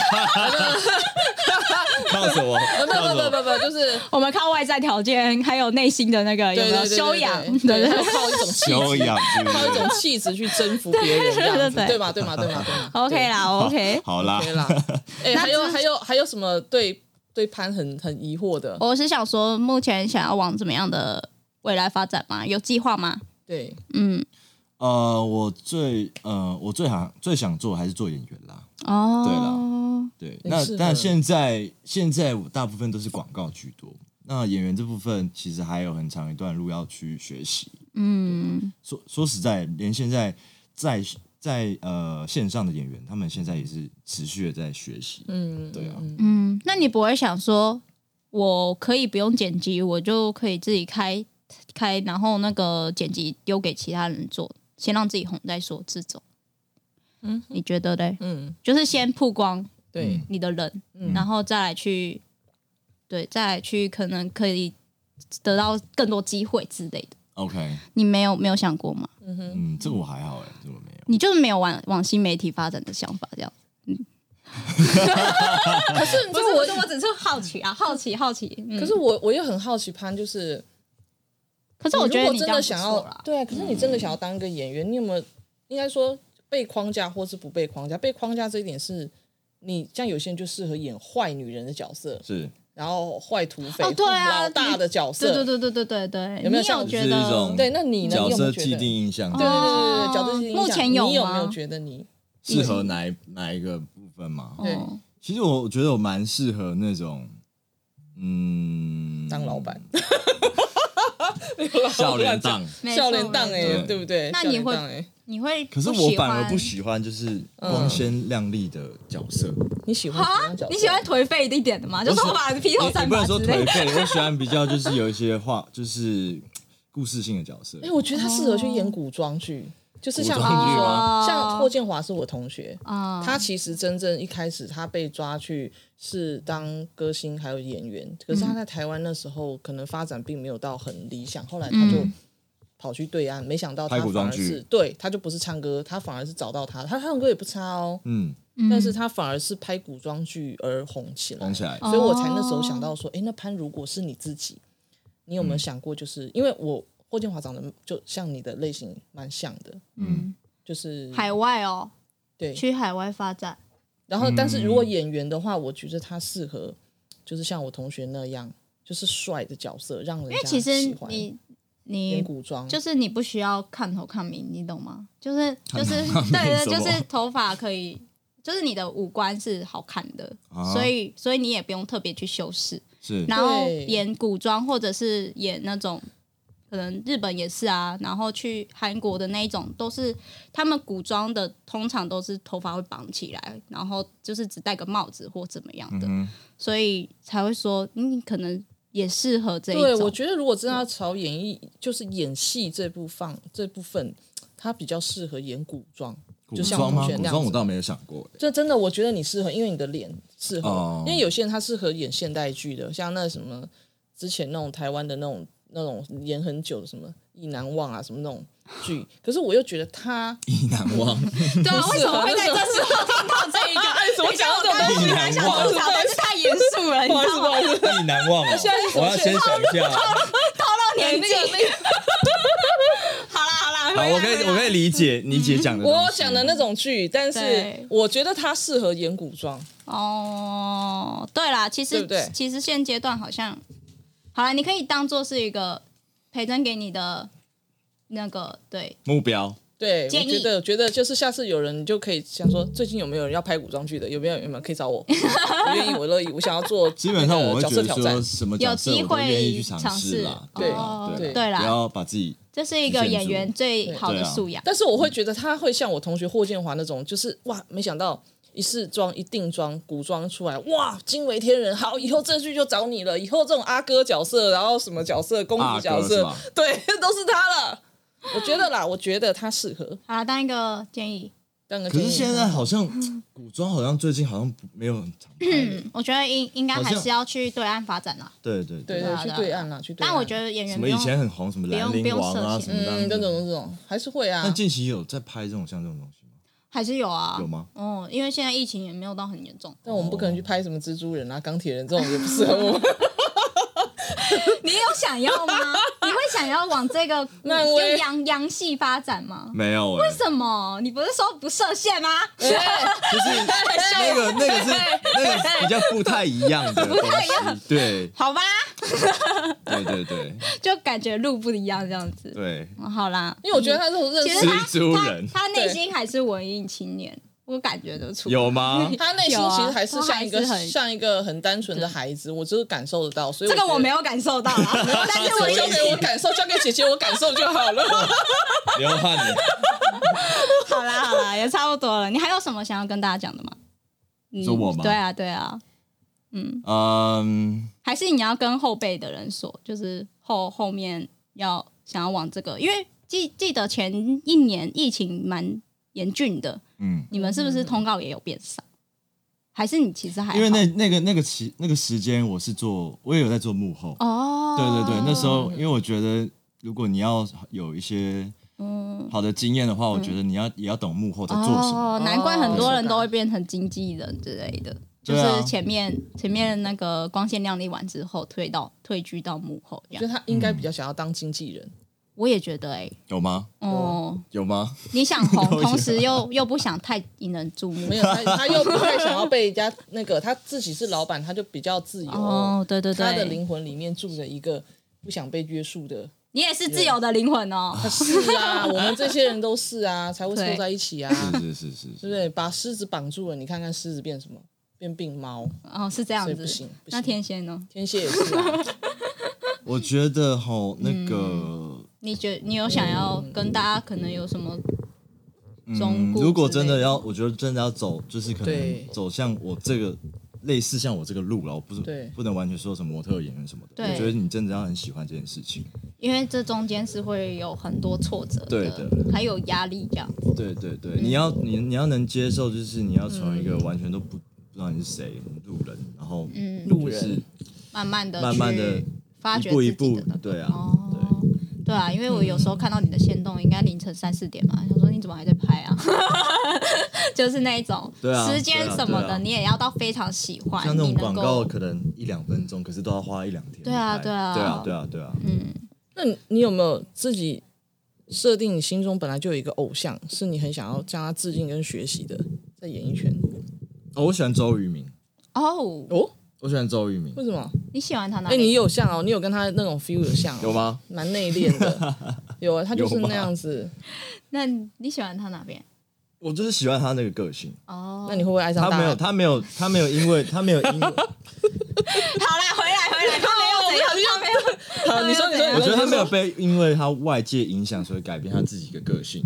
靠什么？ 不，就是我们靠外在条件，还有内心的那个有没有修养？ 对，靠一种修养， 靠一种气质去征服别人，对吗 ？OK 啦，OK， 好啦 ，OK 啦。还有什么对潘很疑惑的？ 我是想说，目前想要往怎么样的未来发展吗？有计划吗？ 对， 我最想做还是做演员啦。对啦，对，但现在大部分都是广告居多。那演员这部分其实还有很长一段路要去学习。说实在，连现在在线上的演员，他们现在也是持续的在学习。对啊。 那你不会想说，我可以不用剪辑，我就可以自己开，然后那个剪辑丢给其他人做，先让自己红再说这种。你觉得嘞？就是先曝光你的人，然后再来去可能可以得到更多机会之类的。 OK， 你没有想过吗？ 这个我还好这个没有。 你就是没有往新媒体发展的想法这样。 可是不是我只是好奇啊，好奇。 可是我又很好奇潘，就是可是我觉得你如果真的想要啦， 对啊，可是你真的想要当一个演员，你有没有应该说被框架或是不被框架？被框架这一点是你像有些人就适合演坏女人的角色， 是， 然后坏土匪、 对啊， 老大的角色， 对， 有没有像觉得就是一种对？那你呢？ 角你有没有觉得色既定印象？ 对，角色既定印象， 目前有吗你有没有觉得你适合哪一个部分吗？ 对其实我觉得我蛮适合那种， 当老板？ 笑脸档， 笑脸档对对不对？ 那你会笑脸档你会可是我反而不喜欢就是光鲜亮丽的角色。 你喜欢什么样的角色？ 你喜欢颓废一点的吗？就是我把披头散也不能说发之类的。 颓废，我喜欢比较就是有一些就是故事性的角色。 我觉得他适合去演古装剧。就是像古装剧吗像霍建华是我同学，他其实真正一开始他被抓去是当歌星还有演员，可是他在台湾那时候可能发展并没有到很理想，后来他就跑去对岸，没想到他反而是对他就不是唱歌，他反而是找到他唱歌也不差哦，但是他反而是拍古装剧而红起来，所以我才那时候想到说，那潘如果是你自己，你有没有想过，就是因为霍建华长得就像你的类型蛮像的，就是海外对， 去海外发展。 然后，但是如果演员的话，我觉得他适合，就是像我同学那样，就是帅的角色，让人家因为其实喜欢。 你演古装， 就是你不需要看头看名，你懂吗？就是对，就是头发可以，就是你的五官是好看的，所以你也不用特别去修饰。 是， 然后演古装或者是演那种。可能日本也是啊，然后去韩国的那一种，都是他们古装的，通常都是头发会绑起来，然后就是只戴个帽子或怎么样的，所以才会说你可能也适合这一种。 对，我觉得如果真的要朝演艺，就是演戏这部分，他比较适合演古装。就像吗？ 古装我倒没有想过。 这真的，我觉得你适合，因为你的脸适合。因为有些人他适合演现代剧的，像那什么之前那种台湾的那种演很久的什么《意难忘》啊，什么那种剧，可是我又觉得他意难忘， 对啊，为什么会在这时候听到这一个？ 怎么讲到这种东西？ 还想吐槽，但是太严肃了， 不好意思，不好意思， 意难忘。我要先想一下， 透露年纪。好啦， 好，我可以理解讲的。 我讲的那种剧，但是我觉得他适合演古装。 对啦，其实现阶段好像。好了，你可以当做是一个培珍给你的那个对目标。 对，我觉得就是下次有人你就可以想说，最近有没有人要拍古装剧的？有没有可以找我？我愿意，我乐意，我想要做。 基本上我会觉得说什么角色我都愿意去尝试啦。 对啦， 不要把自己。 这是一个演员最好的素养。 但是我会觉得他会像我同学霍建华那种，就是哇，没想到。一试妆一定妆古装出来，哇，惊为天人！好，以后这剧就找你了。以后这种阿哥角色，然后什么角色，公主角色，对，都是他了。我觉得他适合。 好，当一个建议。 可是现在好像古装好像最近好像没有很常拍。 我觉得应该还是要去对岸发展啦。 对， 去对岸啦，去对岸。 但我觉得演员什么以前很红，什么兰陵王啊什么的， 这种还是会啊。 那近期有在拍像这种东西。 还是有啊， 有吗？ 因为现在疫情也没有到很严重， 但我们不可能去拍什么蜘蛛人啊、钢铁人这种，也不适合我。 你有想要吗？你会想要往这个洋系发展吗？ 没有为什么？你不是说不设限吗？ 就是那个是比较不太一样的东西，对， 好吧。 对， 就感觉路不一样这样子。 对， 好啦， 因为我觉得他这种认识蜘蛛人， 他内心还是文艺青年。我感觉得出有吗？ 他内心其实还是像一个很单纯的孩子，我就是感受得到。所以这个我没有感受到啦，但是我交给我感受，交给姐姐我感受就好了。 流汗了。 好啦，也差不多了。你还有什么想要跟大家讲的吗？ 说我吗？ 对啊。还是你要跟后辈的人说，就是后面想要往这个，因为记得前一年疫情蛮严峻的，你们是不是通告也有变少？还是你其实还好？ 因为那个时间我也有在做幕后对对对，那时候因为我觉得，如果你要有一些好的经验的话，我觉得你也要懂幕后在做什么。 难怪很多人都会变成经纪人之类的，就是前面那个光鲜亮丽完之后，退居到幕后这样。 我觉得他应该比较想要当经纪人。 我也觉得有吗？有吗？ 你想红，同时又不想太引人注目。 没有，他又不太想要被人家那个，他自己是老板，他就比较自由。 对对对， 他的灵魂里面住着一个不想被约束的。 你也是自由的灵魂哦。 是啊，我们这些人都是啊，才会凑在一起啊。 是，对不对？把狮子绑住了，你看看狮子变什么？变病猫。 是这样子。 不行。 那天蝎呢？ 天蝎也是啊。 我觉得那个。 你有想要跟大家可能有什么如果真的要，我觉得真的要走，就是可能走向我这个类似像我这个路了，我不能完全说什么模特演员什么的。我觉得你真的要很喜欢这件事情， 因为这中间是会有很多挫折的， 对的， 还有压力这样子。 对对对，你要能接受，就是你要从一个完全都不知道你是谁路人，然后路人慢慢的发掘一步自己的对啊。 对啊，因为我有时候看到你的限动，应该凌晨3、4点嘛，想说你怎么还在拍啊？就是那一种时间什么的，你也要到非常喜欢。 像那种广告可能1-2分钟，可是都要花1-2天。 对啊。 那你有没有自己设定你心中本来就有一个偶像，是你很想要向他致敬跟学习的，在演艺圈？ 我喜欢周渝民。我喜欢周渝民。 为什么？ 你喜欢他哪？ 你有像哦，你有跟他那种 feel 有像有吗？ 蛮内敛的，有啊，他就是那样子。 那你喜欢他哪边？ 我就是喜欢他那个个性。 那你会不会爱上他？ 他没有因为好啦， 回来，他没有怎样，他没有。 好，你说， 我觉得他没有被因为他外界影响，所以改变他自己的个性。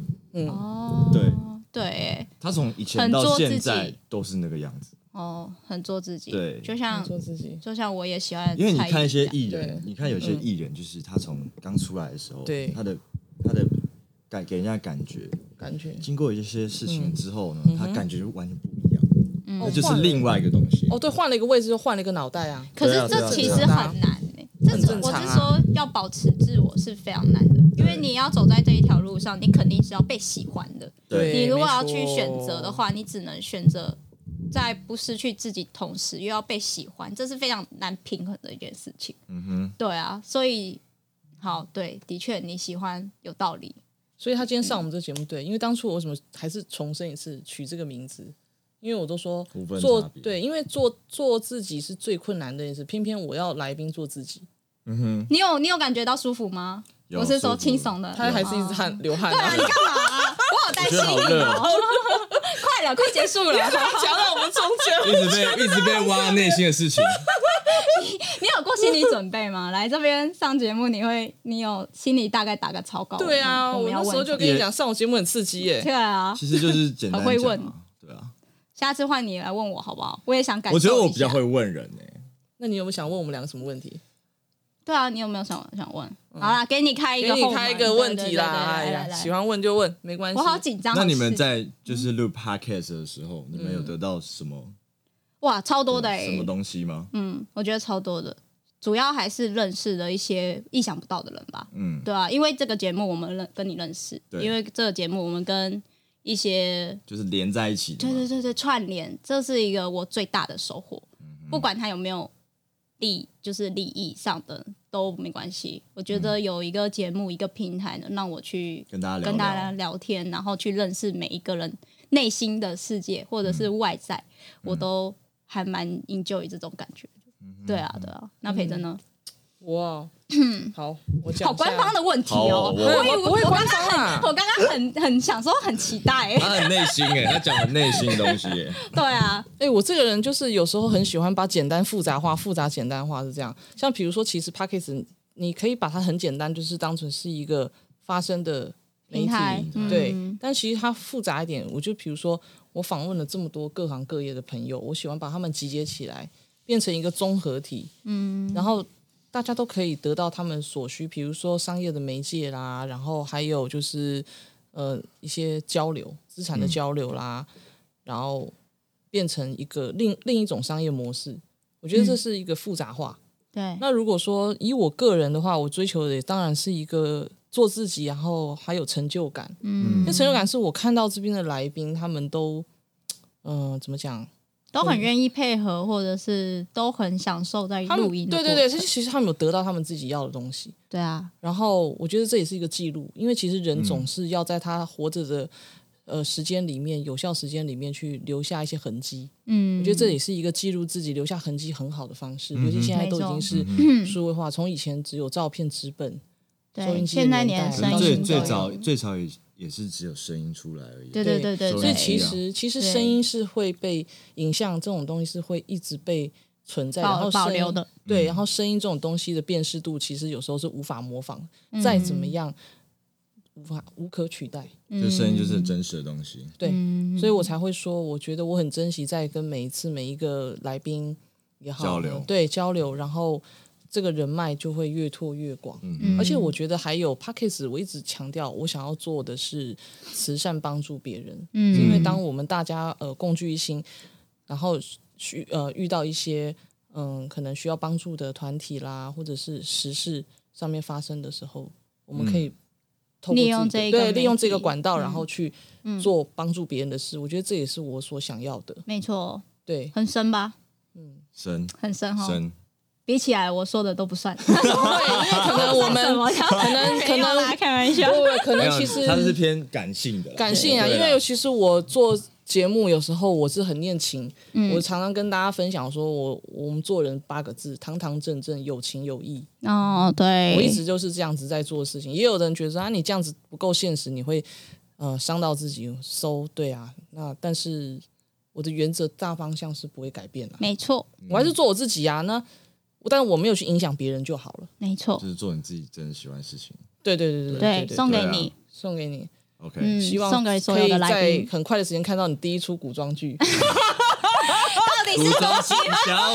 对， 他从以前到现在都是那个样子。 很做自己， 对， 就像我也喜欢， 因为你看一些艺人，你看有些艺人，就是他从刚出来的时候， 对他的给人家感觉，经过一些事情之后呢，他感觉就完全不一样，那就是另外一个东西。 对，换了一个位置就换了一个脑袋啊。 可是这其实很难我是说要保持自我是非常难的，因为你要走在这一条路上，你肯定是要被喜欢的。你如果要去选择的话，你只能选择。在不失去自己同时又要被喜欢，这是非常难平衡的一件事情。对啊，所以对，的确你喜欢有道理。 所以他今天上我们这个节目，对，因为当初我为什么还是重申一次取这个名字，因为我都说因为做自己是最困难的一件事，偏偏我要来宾做自己。 你有感觉到舒服吗？我是说轻松的， 他还是一直流汗。 对啊，你干嘛？我好担心你快结束了， 讲到我们中间， 一直被挖内心的事情。 你有过心理准备吗？来这边上节目，你有心里大概打个草稿？ 对啊，我那时候就跟你讲，上我节目很刺激耶。 对啊， 其实就是简单讲，很会问。对啊， 下次换你来问我好不好？我也想感受。 我觉得我比较会问人那你有没有想问我们两个什么问题？ 对啊，你有没有想问？好啦，给你开一个问题啦！来，喜欢问就问，没关系。 我好紧张。 那你们在就是录 podcast 的时候，你们有得到什么？ 哇，超多的什么东西吗？ 我觉得超多的，主要还是认识了一些意想不到的人吧。对啊，因为这个节目我们跟你认识，因为这个节目我们跟一些就是连在一起的。 对，串联，这是一个我最大的收获。不管他有没有就是利益上的都没关系，我觉得有一个节目一个平台呢，让我去跟大家聊天，然后去认识每一个人内心的世界或者是外在，我都还蛮 enjoy 这种感觉。对啊，那培珍呢？ 哇，好，我讲好官方的问题哦， 我不会官方啊， 我刚刚很想说很期待， 他很内心他讲很内心的东西对啊， 我这个人就是有时候很喜欢把简单复杂化，复杂简单化是这样。像比如说，其实 Podcast 你可以把它很简单，就是当成是一个发声的媒体，对。但其实它复杂一点，我就比如说我访问了这么多各行各业的朋友，我喜欢把他们集结起来，变成一个综合体，然后大家都可以得到他们所需，比如说商业的媒介啦，然后还有就是一些交流，资产的交流啦，然后变成一个另一种商业模式。我觉得这是一个复杂化， 对。 那如果说以我个人的话，我追求的也当然是一个做自己，然后还有成就感。那成就感是我看到这边的来宾，他们都怎么讲？ 都很愿意配合，或者是都很享受在录音的过程。 对，其实他们有得到他们自己要的东西。 对啊， 然后我觉得这也是一个记录，因为其实人总是要在他活着的时间里面，有效时间里面去留下一些痕迹。我觉得这也是一个记录自己留下痕迹很好的方式。尤其现在都已经是数位化，从以前只有照片纸本，收音机的年代， 现在连最早也是只有声音出来而已。 对， 所以其实声音是会被影像这种东西是会一直被存在，然后保留的。 对，然后声音这种东西的辨识度，其实有时候是无法模仿，再怎么样无可取代。 就声音就是真实的东西。 对，所以我才会说，我觉得我很珍惜在跟每一个来宾也好交流，然后这个人脉就会越拓越广。而且我觉得还有 Podcast， 我一直强调我想要做的是慈善帮助别人。因为当我们大家共聚一心，然后遇到一些可能需要帮助的团体啦，或者是时事上面发生的时候，我们可以透过利用这个管道，然后去做帮助别人的事。我觉得这也是我所想要的。 没错， 对， 很深吧？ 深， 很深哈。 深。 比起来，我说的都不算。 对，因为可能我们可能开玩笑， 可能其实它是偏感性的， 感性啊。因为尤其是我做节目，有时候我是很念情，我常常跟大家分享说，我们做人8个字：堂堂正正，有情有义。 哦，对， 我一直就是这样子在做事情。也有人觉得说你这样子不够现实，你会伤到自己。对啊，那但是我的原则大方向是不会改变的。 没错， 我还是做我自己啊。但我没有去影响别人就好了。 没错， 就是做你自己真的喜欢的事情。 对， 送给你， 送给你。 OK， 希望送给所有的来宾， 在很快的时间看到你第一出古装剧。 到底是好奇吗？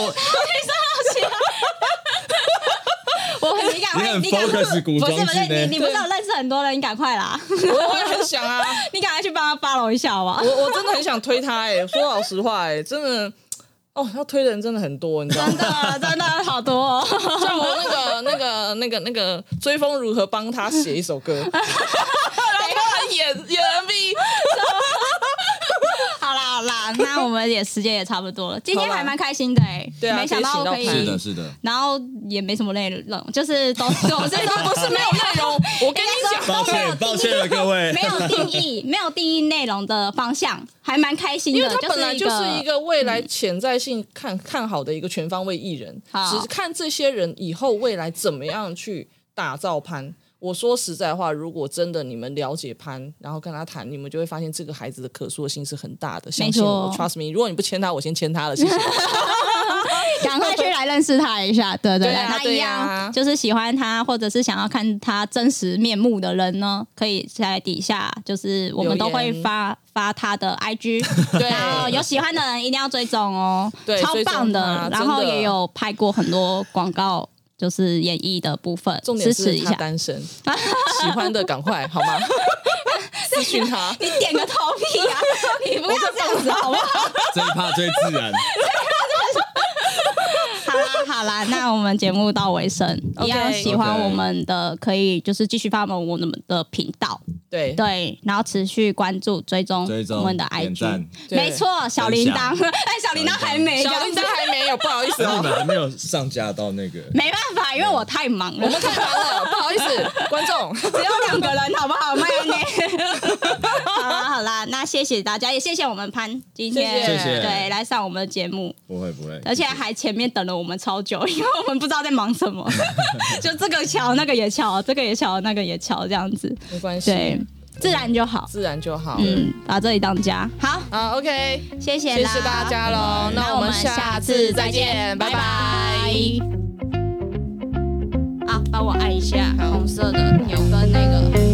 我很你赶快， 你很 focus 古装剧呢？ 你不是有认识很多人？你赶快啦！ 我也很想啊， 你赶快去帮他 follow 一下好不好？ 我真的很想推他说老实话真的。要推的人真的很多，你知道吗？ 真的好多哦。 像我那个追风如何帮他写一首歌，然后他演 MV。 好啦，那我们也时间也差不多了。今天还蛮开心的对啊， 没想到可以， 是的。 然后也没什么内容，就是都是没有内容。我跟你讲， 抱歉了各位， 没有定义内容的方向，还蛮开心的。 因为他本来就是一个未来潜在性看好的一个全方位艺人，只看这些人以后未来怎么样去打造潘。我说实在话，如果真的你们了解潘，然后跟他谈，你们就会发现这个孩子的可塑性是很大的。相信我 ，trust me。如果你不签他，我先签他了，谢谢。 赶快去来认识他一下，对， 他一样就是喜欢他，或者是想要看他真实面目的人呢，可以在底下，就是我们都会发他的 IG， 然后有喜欢的人一定要追踪哦，超棒的。然后也有拍过很多广告。就是演绎的部分， 重点是他支持一下。 单身，喜欢的赶快好吗？私讯他， 你点个头皮啊！你不要这样子好不好？ 这一趴最自然。 好啦，那我们节目到尾声，一样喜欢我们的可以就是继续发我们的频道，对，然后持续关注追踪我们的 IG， 没错，小铃铛，小铃铛还没有，不好意思你们还没有上架到那个， 没办法，因为我太忙了， 我们太忙了，不好意思，观众只有2个人，好不好？慢一点。好啦，那谢谢大家，也谢谢我们潘今天对来上我们的节目， 不会， 而且还前面等了我们超久，因为我们不知道在忙什么，就这个敲那个也敲，这个也敲那个也敲，这样子没关系， 对，自然就好，把这里当家，好 ，OK， 谢谢大家喽，那我们下次再见，拜拜。 帮我按一下红色的钮跟那个。